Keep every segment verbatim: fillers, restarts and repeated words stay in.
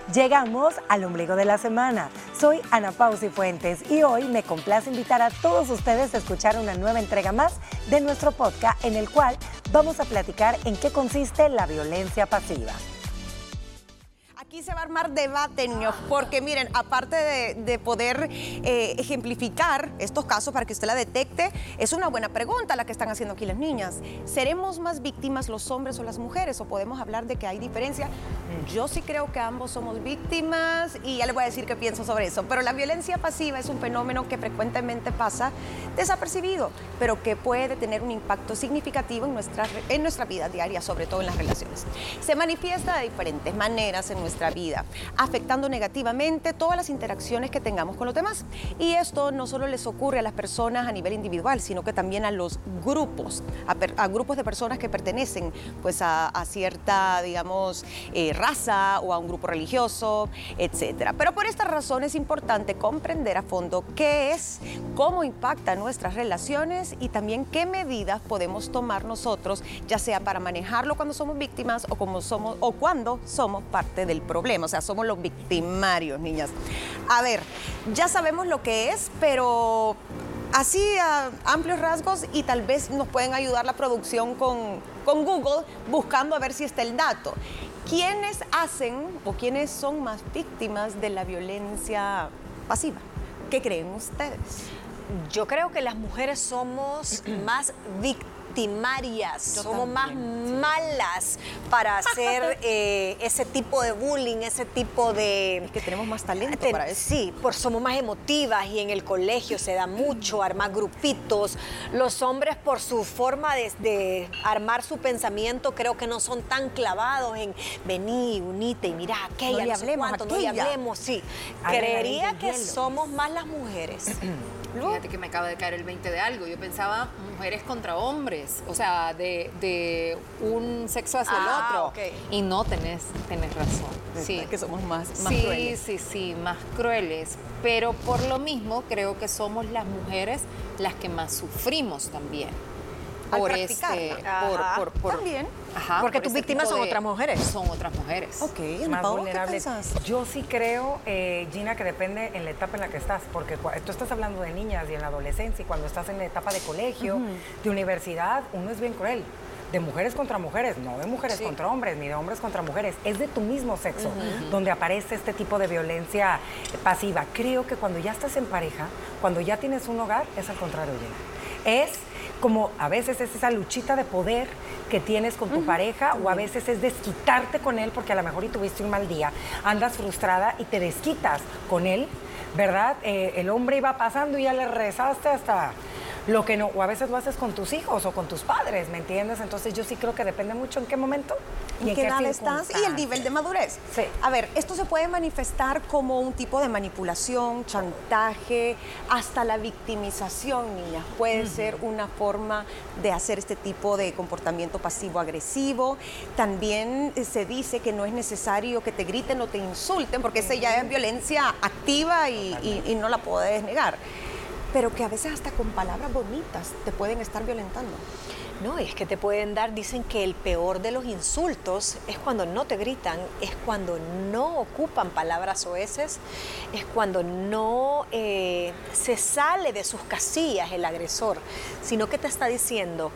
Llegamos al ombligo de la semana. Soy Ana Pausi Fuentes y hoy me complace invitar a todos ustedes a escuchar una nueva entrega más de nuestro podcast en el cual vamos a platicar en qué consiste la violencia pasiva. Aquí se va a armar debate, niños, porque miren, aparte de, de poder eh, ejemplificar estos casos para que usted la detecte, es una buena pregunta la que están haciendo aquí las niñas. ¿Seremos más víctimas los hombres o las mujeres? ¿O podemos hablar de que hay diferencia? Yo sí creo que ambos somos víctimas y ya les voy a decir qué pienso sobre eso. Pero la violencia pasiva es un fenómeno que frecuentemente pasa desapercibido, pero que puede tener un impacto significativo en nuestra, en nuestra vida diaria, sobre todo en las relaciones. Se manifiesta de diferentes maneras en nuestra vida, afectando negativamente todas las interacciones que tengamos con los demás. Y esto no solo les ocurre a las personas a nivel individual, sino que también a los grupos, a, per, a grupos de personas que pertenecen pues a, a cierta, digamos, eh, raza o a un grupo religioso, etcétera. Pero por esta razón es importante comprender a fondo qué es, cómo impacta nuestras relaciones y también qué medidas podemos tomar nosotros, ya sea para manejarlo cuando somos víctimas o, como somos, o cuando somos parte del problema, o sea, somos los victimarios, niñas. A ver, ya sabemos lo que es, pero así a amplios rasgos y tal vez nos pueden ayudar la producción con, con Google buscando a ver si está el dato. ¿Quiénes hacen o quiénes son más víctimas de la violencia pasiva? ¿Qué creen ustedes? Yo creo que las mujeres somos más víctimas. Victimarias, Yo somos también, más sí. malas para hacer eh, ese tipo de bullying, ese tipo de... Es que tenemos más talento Ten, para eso. Sí, por, somos más emotivas y en el colegio se da mucho, armar grupitos. Los hombres por su forma de, de armar su pensamiento creo que no son tan clavados en vení, unite y mira aquella, No le no sé hablemos, cuánto, no le aquella. hablemos, sí. Agregar Creería el que hielo. somos más las mujeres. Fíjate que me acaba de caer el veinte de algo. Yo pensaba mujeres contra hombres, o sea, de, de un sexo hacia Ah, el otro. ok. Y no tenés, tenés razón. Sí, Que somos más, más sí, crueles. sí, sí, más crueles. Pero por lo mismo creo que somos las mujeres las que más sufrimos también. Al Por practicarla. este, Ajá. por, por, por- También. Ajá, Porque por tus ese víctimas tipo son de- otras mujeres. Son otras mujeres. Ok, Ana Más Pao, ¿qué vulnerables. pensás? Yo sí creo, eh, Gina, que depende en la etapa en la que estás, porque cua- tú estás hablando de niñas y en la adolescencia y cuando estás en la etapa de colegio, uh-huh. de universidad, uno es bien cruel. De mujeres contra mujeres, no de mujeres Sí. contra hombres, ni de hombres contra mujeres, es de tu mismo sexo, uh-huh. donde aparece este tipo de violencia pasiva. Creo que cuando ya estás en pareja, cuando ya tienes un hogar, es al contrario, Gina. Es como a veces es esa luchita de poder que tienes con tu uh-huh. pareja uh-huh. o a veces es desquitarte con él porque a lo mejor y tuviste un mal día, andas frustrada y te desquitas con él, ¿verdad? Eh, el hombre iba pasando y ya le rezaste hasta lo que no, o a veces lo haces con tus hijos o con tus padres, ¿me entiendes? Entonces yo sí creo que depende mucho en qué momento y ¿En en qué qué edad estás? Y el nivel de madurez. Sí. A ver, esto se puede manifestar como un tipo de manipulación, chantaje, hasta la victimización, niñas. Puede uh-huh. ser una forma de hacer este tipo de comportamiento pasivo-agresivo. También eh, se dice que no es necesario que te griten o te insulten, porque uh-huh. esa ya es violencia activa y, y, y no la puedes negar. Pero que a veces hasta con palabras bonitas te pueden estar violentando. No, es que te pueden dar, dicen que el peor de los insultos es cuando no te gritan, es cuando no ocupan palabras soeces, es cuando no eh, se sale de sus casillas el agresor, sino que te está diciendo,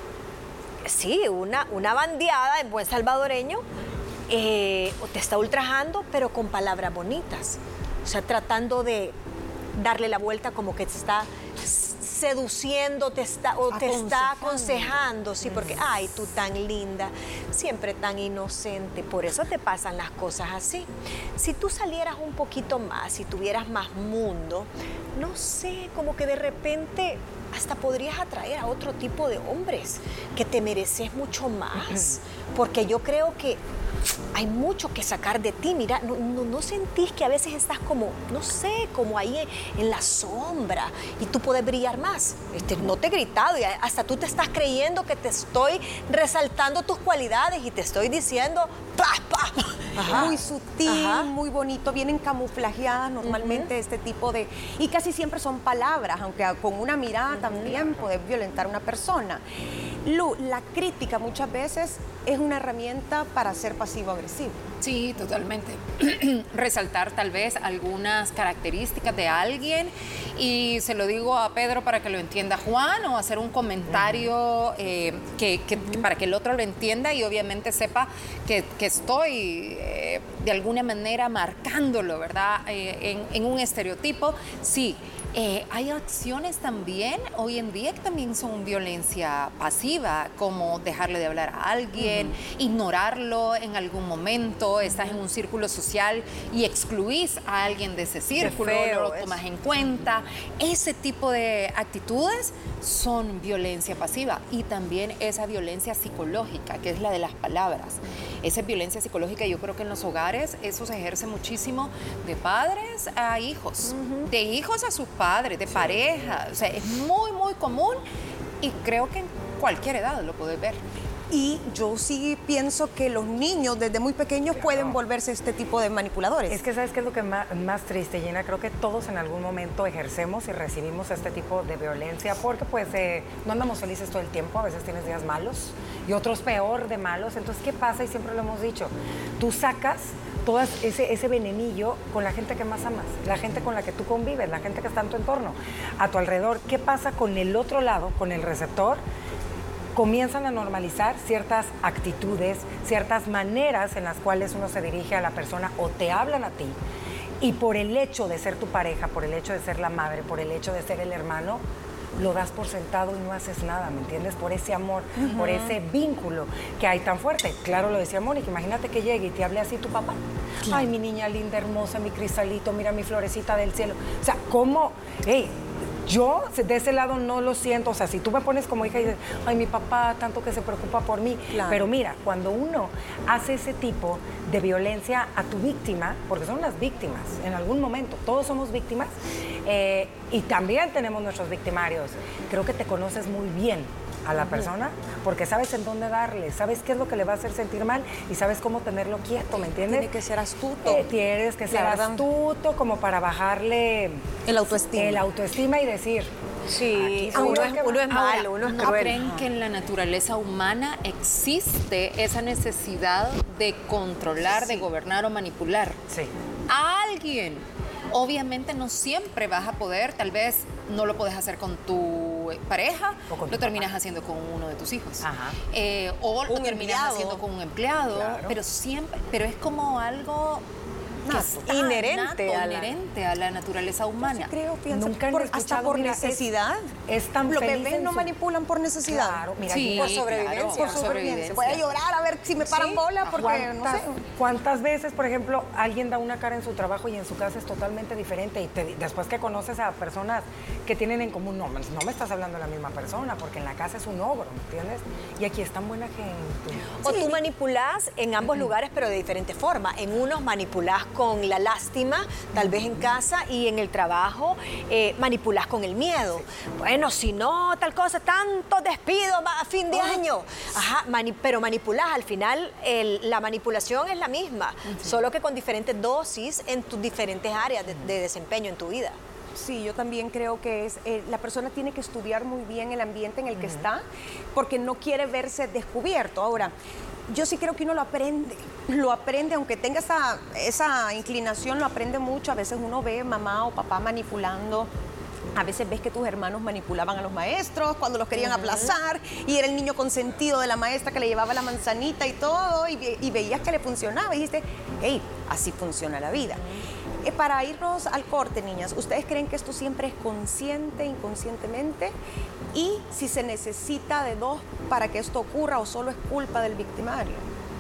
sí, una, una bandeada en buen salvadoreño, eh, te está ultrajando, pero con palabras bonitas, o sea, tratando de darle la vuelta como que te está seduciendo, te está, o te está aconsejando, sí, porque, ay, tú tan linda, siempre tan inocente, por eso te pasan las cosas así. Si tú salieras un poquito más, si tuvieras más mundo, no sé, como que de repente hasta podrías atraer a otro tipo de hombres, que te mereces mucho más, porque yo creo que hay mucho que sacar de ti. Mira, no, no, no sentís que a veces estás como, no sé, como ahí en, en la sombra y tú puedes brillar más. Este, no te he gritado y hasta tú te estás creyendo que te estoy resaltando tus cualidades y te estoy diciendo pa, pa. Ajá. Muy sutil, Ajá. muy bonito, vienen camuflajeadas normalmente uh-huh. este tipo de... Y casi siempre son palabras, aunque con una mirada uh-huh. también poder violentar a una persona. Lu, la crítica muchas veces es una herramienta para ser pasivo-agresivo. Sí, totalmente. Resaltar tal vez algunas características de alguien y se lo digo a Pedro para que lo entienda Juan, o hacer un comentario eh, que, que, que para que el otro lo entienda y obviamente sepa que, que estoy eh, de alguna manera marcándolo, ¿verdad? Eh, en, en un estereotipo. Sí. Eh, hay acciones también hoy en día que también son violencia pasiva, como dejarle de hablar a alguien, uh-huh. ignorarlo en algún momento, estás uh-huh. en un círculo social y excluís a alguien de ese círculo, no lo tomas en cuenta. Ese tipo de actitudes son violencia pasiva, y también esa violencia psicológica, que es la de las palabras. Esa violencia psicológica, yo creo que en los hogares eso se ejerce muchísimo de padres a hijos, uh-huh. de hijos a sus padres, de sí. pareja. O sea, es muy, muy común, y creo que en cualquier edad lo puedes ver. Y yo sí pienso que los niños desde muy pequeños claro. pueden volverse este tipo de manipuladores. Es que ¿sabes qué es lo que más, más triste, Gina? Creo que todos en algún momento ejercemos y recibimos este tipo de violencia, porque pues eh, no andamos felices todo el tiempo, a veces tienes días malos y otros peor de malos. Entonces, ¿qué pasa? Y siempre lo hemos dicho, tú sacas todo ese, ese venenillo con la gente que más amas, la gente con la que tú convives, la gente que está en tu entorno, a tu alrededor. ¿Qué pasa con el otro lado, con el receptor? Comienzan a normalizar ciertas actitudes, ciertas maneras en las cuales uno se dirige a la persona o te hablan a ti, y por el hecho de ser tu pareja, por el hecho de ser la madre, por el hecho de ser el hermano, lo das por sentado y no haces nada, ¿me entiendes? Por ese amor, uh-huh. por ese vínculo que hay tan fuerte. Claro, lo decía Mónica, imagínate que llegue y te hable así tu papá. Claro. Ay, mi niña linda, hermosa, mi cristalito, mira mi florecita del cielo. O sea, ¿cómo? Hey, yo de ese lado no lo siento. O sea, si tú me pones como hija y dices, ay, mi papá tanto que se preocupa por mí. Claro. Pero mira, cuando uno hace ese tipo de violencia a tu víctima, porque son las víctimas en algún momento, todos somos víctimas, eh, y también tenemos nuestros victimarios. Creo que te conoces muy bien a la persona, porque sabes en dónde darle, sabes qué es lo que le va a hacer sentir mal y sabes cómo tenerlo quieto, ¿me entiendes? Tiene que ser astuto. Eh, tienes que ser astuto como para bajarle el autoestima. El autoestima y decir, sí, uno es, uno es malo, uno es ¿no cruel? creen que en la naturaleza humana existe esa necesidad de controlar, sí. de gobernar o manipular? Sí. A alguien. Obviamente no siempre vas a poder, tal vez no lo puedes hacer con tu pareja, o con tu lo terminas papá. haciendo con uno de tus hijos. Ajá. Eh, o un lo terminas empleado. haciendo con un empleado, claro. pero siempre, pero es como algo que está inherente, nato, a la... inherente a la naturaleza humana. Yo sí creo, pienso, Nunca han por, escuchado, hasta por mira, necesidad. Es, es tan Los feliz bebés no su... manipulan por necesidad. Claro, mira, sí, por sobrevivencia. claro, por sobrevivencia. Voy a llorar a ver si me paran sí. bola porque no sé. ¿Cuántas veces, por ejemplo, alguien da una cara en su trabajo y en su casa es totalmente diferente, y te, después que conoces a personas que tienen en común, no, no me estás hablando de la misma persona, porque en la casa es un ogro, ¿me entiendes? Y aquí es tan buena gente. O sí. tú manipulás en ambos lugares, pero de diferente forma. En unos manipulás con la lástima, tal vez en casa, y en el trabajo eh, manipulás con el miedo. Sí. Bueno, si no, tal cosa, tanto despido a fin de oh. año. Ajá, mani pero manipulás, al final el, la manipulación es la misma, sí. solo que con diferentes dosis en tus diferentes áreas de, de desempeño en tu vida. Sí, yo también creo que es eh, la persona tiene que estudiar muy bien el ambiente en el que uh-huh. está, porque no quiere verse descubierto. Ahora, yo sí creo que uno lo aprende, lo aprende, aunque tenga esa, esa inclinación, lo aprende mucho. A veces uno ve mamá o papá manipulando. A veces ves que tus hermanos manipulaban a los maestros cuando los querían uh-huh. aplazar, y era el niño consentido de la maestra que le llevaba la manzanita y todo, y, y veías que le funcionaba y dijiste, hey, así funciona la vida. Uh-huh. eh, para irnos al corte, niñas, ¿ustedes creen que esto siempre es consciente, inconscientemente? Y si se necesita de dos para que esto ocurra, o solo es culpa del victimario.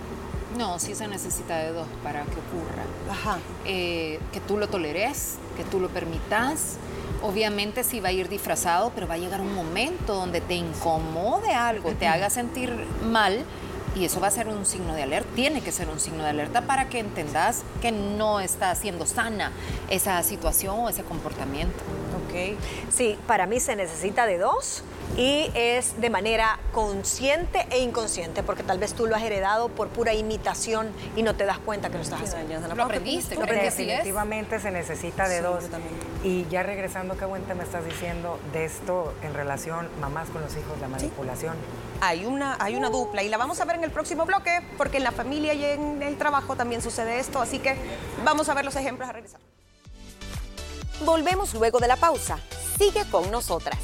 No, sí se necesita de dos para que ocurra. Ajá. Eh, que tú lo toleres, que tú lo permitas. Obviamente sí va a ir disfrazado, pero va a llegar un momento donde te incomode algo, te haga sentir mal, y eso va a ser un signo de alerta, tiene que ser un signo de alerta para que entendas que no está siendo sana esa situación o ese comportamiento. Ok. Sí, para mí se necesita de dos, y es de manera consciente e inconsciente, porque tal vez tú lo has heredado por pura imitación y no te das cuenta que lo estás haciendo. Lo aprendiste, Lo creo que así es. definitivamente se necesita de Sí, dos. yo también. Y ya regresando, qué buen tema estás diciendo de esto en relación mamás con los hijos, la manipulación. Hay una, hay una dupla y la vamos a ver en el próximo bloque porque en la familia y en el trabajo también sucede esto, así que vamos a ver los ejemplos a regresar. Volvemos luego de la pausa. Sigue con nosotras.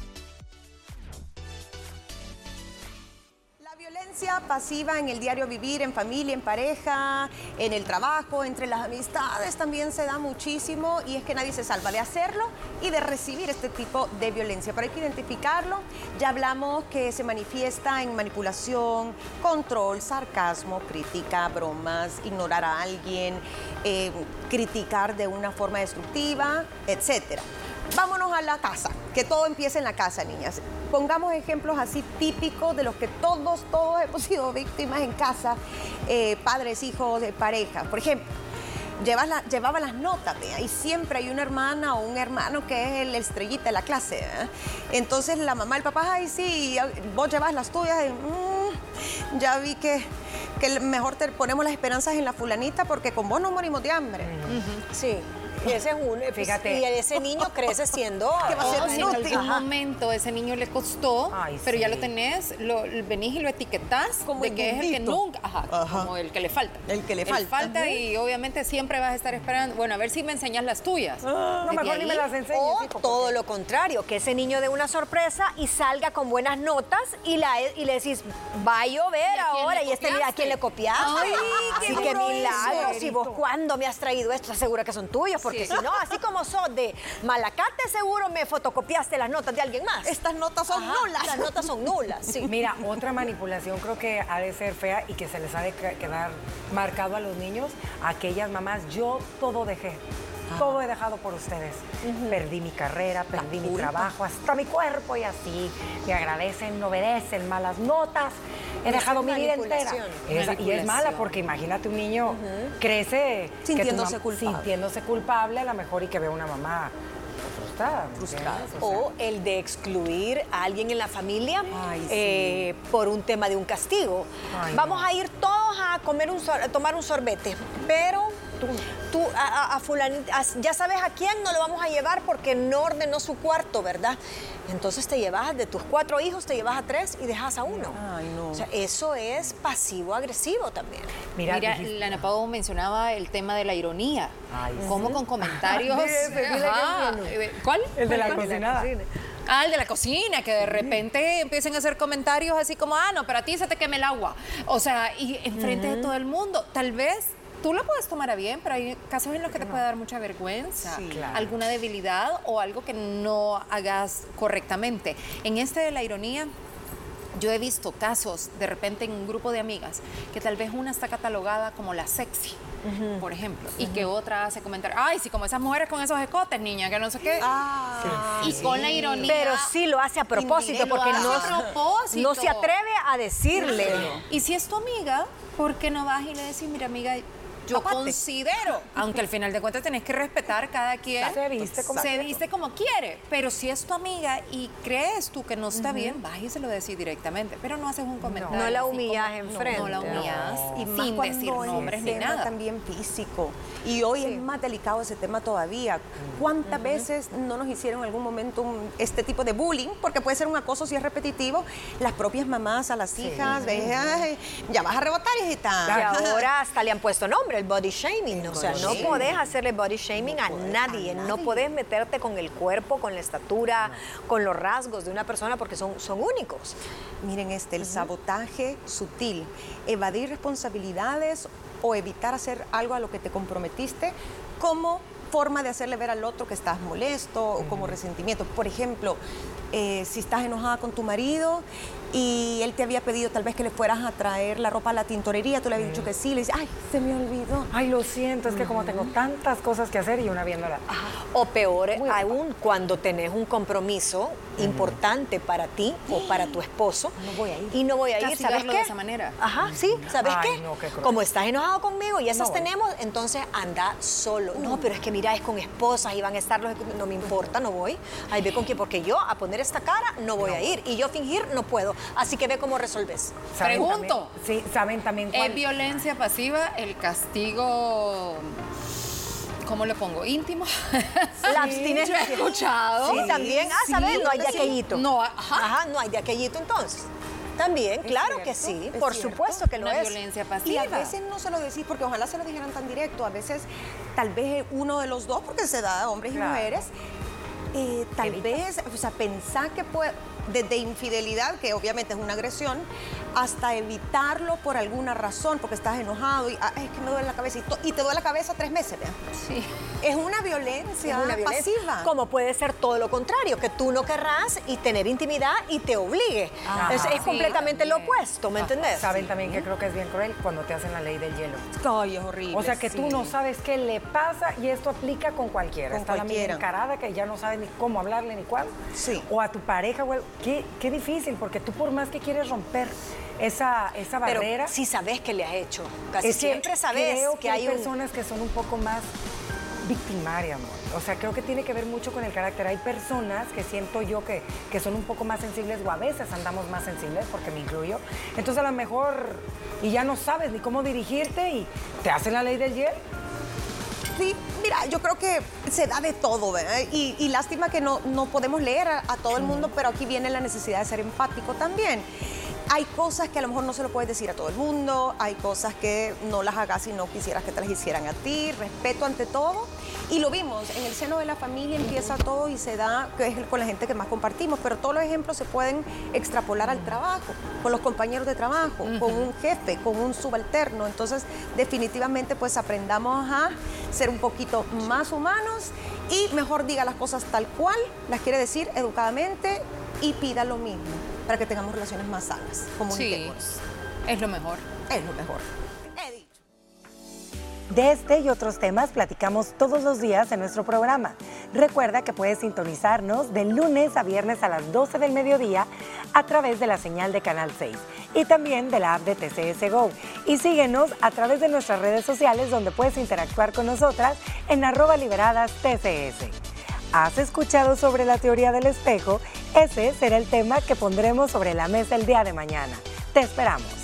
La violencia pasiva en el diario vivir, en familia, en pareja, en el trabajo, entre las amistades también se da muchísimo y es que nadie se salva de hacerlo y de recibir este tipo de violencia. Pero hay que identificarlo. Ya hablamos que se manifiesta en manipulación, control, sarcasmo, crítica, bromas, ignorar a alguien, eh, criticar de una forma destructiva, etcétera. Vámonos a la casa, que todo empieza en la casa, niñas. Pongamos ejemplos así típicos de los que todos, todos hemos sido víctimas en casa, eh, padres, hijos, de pareja. Por ejemplo, llevas la, llevaba las notas, ¿vea? Y siempre hay una hermana o un hermano que es el estrellita de la clase, ¿vea? Entonces la mamá y el papá, ay, sí, vos llevas las tuyas, y, mmm, ya vi que, que mejor te ponemos las esperanzas en la fulanita porque con vos no morimos de hambre. Uh-huh. Sí. Y ese es uno, Fíjate. y ese niño crece siendo ¿Qué va a ser O si en inútil? algún Ajá. momento ese niño le costó, Ay, pero ya sí. lo tenés, lo, venís y lo etiquetás Como de que es el que inmundito. nunca, ajá, Ajá. como el que le falta. El que le Él falta. falta Ajá. y obviamente siempre vas a estar esperando, bueno, a ver si me enseñas las tuyas. No, Desde mejor ni me ahí, las enseñes, O hijo, todo porque- lo contrario, que ese niño dé una sorpresa y salga con buenas notas y, la, y le decís, va a llover ¿Y a quién ahora. le Y este, mira, ¿a quién le copiaste? Ay, qué Así que duro milagro. eso. Si vos, ¿cuándo me has traído esto? ¿Estás segura que son tuyos? Porque Sí. si no, así como sos de Malacate, seguro me fotocopiaste las notas de alguien más. Estas notas son Ajá, nulas. Las notas son nulas, sí. Mira, otra manipulación creo que ha de ser fea y que se les ha de que- quedar marcado a los niños, a aquellas mamás, yo todo dejé. Todo he dejado por ustedes. Perdí mi carrera, perdí mi trabajo, hasta mi cuerpo y así. Me agradecen, me obedecen, malas notas. He Esa dejado es mi vida entera. manipulación. Esa- y es mala Manipulación. porque imagínate un niño crece que tu Sintiéndose mam- culpable. sintiéndose culpable a lo mejor y que ve una mamá frustrada. ¿me Frustrada. entiendes? O sea, O el de excluir a alguien en la familia Ay, sí. eh, por un tema de un castigo. Ay, Vamos no. a ir todos a comer un sor- a tomar un sorbete, pero tú, tú a, a- a fulanita, a- ya sabes a quién no lo vamos a llevar porque no ordenó su cuarto, ¿verdad? Entonces te llevas de tus cuatro hijos, te llevas a tres y dejas a uno. Ay, no. O sea, eso es pasivo-agresivo también. Mira, Mira, dijiste- la Ana Pau mencionaba el tema de la ironía. Ay, sí. Cómo con comentarios. Dile, dile Ajá. que Eh, ¿Cuál? el de la ¿Cuál? cocinada. Ah, el de la cocina, que de repente empiecen a hacer comentarios así como, ah, no, pero a ti se te quema el agua. O sea, y enfrente de todo el mundo. Tal vez tú lo puedes tomar a bien, pero hay casos en los que te puede dar mucha vergüenza, Sí, claro. alguna debilidad o algo que no hagas correctamente. En este de la ironía, yo he visto casos de repente en un grupo de amigas que tal vez una está catalogada como la sexy, por ejemplo, y que otra hace comentarios, ay, sí, como esas mujeres con esos escotes, niña, que no sé qué. Ah, Y con la ironía. Pero sí lo hace a propósito Lo porque hace no, a propósito. no se atreve a decirle. Y si es tu amiga, ¿por qué no vas y le decís, mira, amiga, yo Tópate. considero, aunque al final de cuentas tenés que respetar cada quien. Se viste como se quiere. viste como quiere. Pero si es tu amiga y crees tú que no está bien, vas y se lo decís directamente. Pero no haces un comentario. No la así humillas como- enfrente. No la humillas. Y más sin cuando decir es nombres un ni tema nada. también físico. Y hoy es más delicado ese tema todavía. ¿Cuántas veces no nos hicieron en algún momento un- este tipo de bullying? Porque puede ser un acoso si es repetitivo. Las propias mamás a las hijas, de, "Ay, ya vas a rebotar, hijita. Y ahora hasta le han puesto nombre, el body shaming. O sea, no Sí. podés hacerle body shaming a podés, nadie. a No nadie. podés meterte con el cuerpo, con la estatura, con los rasgos de una persona porque son, son únicos. Miren este, el sabotaje sutil, evadir responsabilidades o evitar hacer algo a lo que te comprometiste como forma de hacerle ver al otro que estás molesto o como resentimiento. Por ejemplo, eh, si estás enojada con tu marido y él te había pedido tal vez que le fueras a traer la ropa a la tintorería, tú le habías dicho que sí, le dices, ay, se me olvidó. Ay, lo siento, es que como tengo tantas cosas que hacer y una viéndola. O peor Muy aún, cuando tenés un compromiso importante para ti o para tu esposo. No voy a ir. Y no voy a ir, ¿sabes Castigarlo qué? de esa manera. Ajá, sí, ¿sabes Ay, qué? no, qué cruel. Como estás enojado conmigo y esas No. tenemos, entonces anda solo. No, pero es que mira, es con esposas y van a estar los... No me importa, no voy. Ahí ve con quién, porque yo a poner ver esta cara no voy a ir y yo fingir no puedo. Así que ve cómo resolves. ¿Saben Pregunto. también- sí, ¿saben también cuál? ¿Es violencia pasiva el castigo, cómo le pongo, íntimo? La abstinencia. Yo he escuchado. Sí, también. Ah, ¿sabes? No hay de Sí. aquellito. No, ajá. Ajá, no hay de aquellito entonces. También, claro que cierto, sí, es por cierto. supuesto que lo Una es. violencia Y pasiva. a veces no se lo decís porque ojalá se lo dijeran tan directo. A veces, tal vez uno de los dos, porque se da a hombres Claro. y mujeres, eh, tal Evita. vez, o sea, pensar que puede, desde infidelidad, que obviamente es una agresión, hasta evitarlo por alguna razón, porque estás enojado y "Ah, es que me duele la cabeza y, to- y te duele la cabeza tres meses, ¿vea? Sí. Es una violencia, Es una violencia. pasiva. Como puede ser todo lo contrario, que tú no querrás y tener intimidad y te obligue. Ajá. es es Sí, completamente lo también. opuesto, ¿me entendés? Saben también que creo que es bien cruel cuando te hacen la ley del hielo. Ay, es horrible. O sea que tú sí. no sabes qué le pasa y esto aplica con cualquiera. Con Está cualquiera. la amiga encarada que ya no sabe ni cómo hablarle ni cuándo. Sí. O a tu pareja, güey. Qué, qué difícil, porque tú por más que quieres romper esa, esa Pero barrera. sí sabes que le has hecho. Casi es que siempre sabes creo que, que hay hay un... personas que son un poco más victimarias, amor. O sea, creo que tiene que ver mucho con el carácter. Hay personas que siento yo que, que son un poco más sensibles o a veces andamos más sensibles, porque me incluyo. Entonces a lo mejor, y ya no sabes ni cómo dirigirte y te hacen la ley del hielo. Sí, mira, yo creo que se da de todo, ¿verdad? Y, y lástima que no, no podemos leer a, a todo el mundo, pero aquí viene la necesidad de ser empático también. Hay cosas que a lo mejor no se lo puedes decir a todo el mundo, hay cosas que no las hagas si no quisieras que te las hicieran a ti, respeto ante todo. Y lo vimos, en el seno de la familia empieza todo y se da, que es con la gente que más compartimos, pero todos los ejemplos se pueden extrapolar al trabajo, con los compañeros de trabajo, con un jefe, con un subalterno. Entonces, definitivamente, pues aprendamos a ser un poquito más humanos y mejor diga las cosas tal cual, las quiere decir educadamente y pida lo mismo para que tengamos relaciones más sanas. Sí, Comuniquémonos. es lo mejor. Es lo mejor. He dicho. De este y otros temas platicamos todos los días en nuestro programa. Recuerda que puedes sintonizarnos de lunes a viernes a las doce del mediodía a través de la señal de Canal seis y también de la app de T C S Go. Y síguenos a través de nuestras redes sociales donde puedes interactuar con nosotras en arroba liberadas T C S. ¿Has escuchado sobre la teoría del espejo? Ese será el tema que pondremos sobre la mesa el día de mañana. Te esperamos.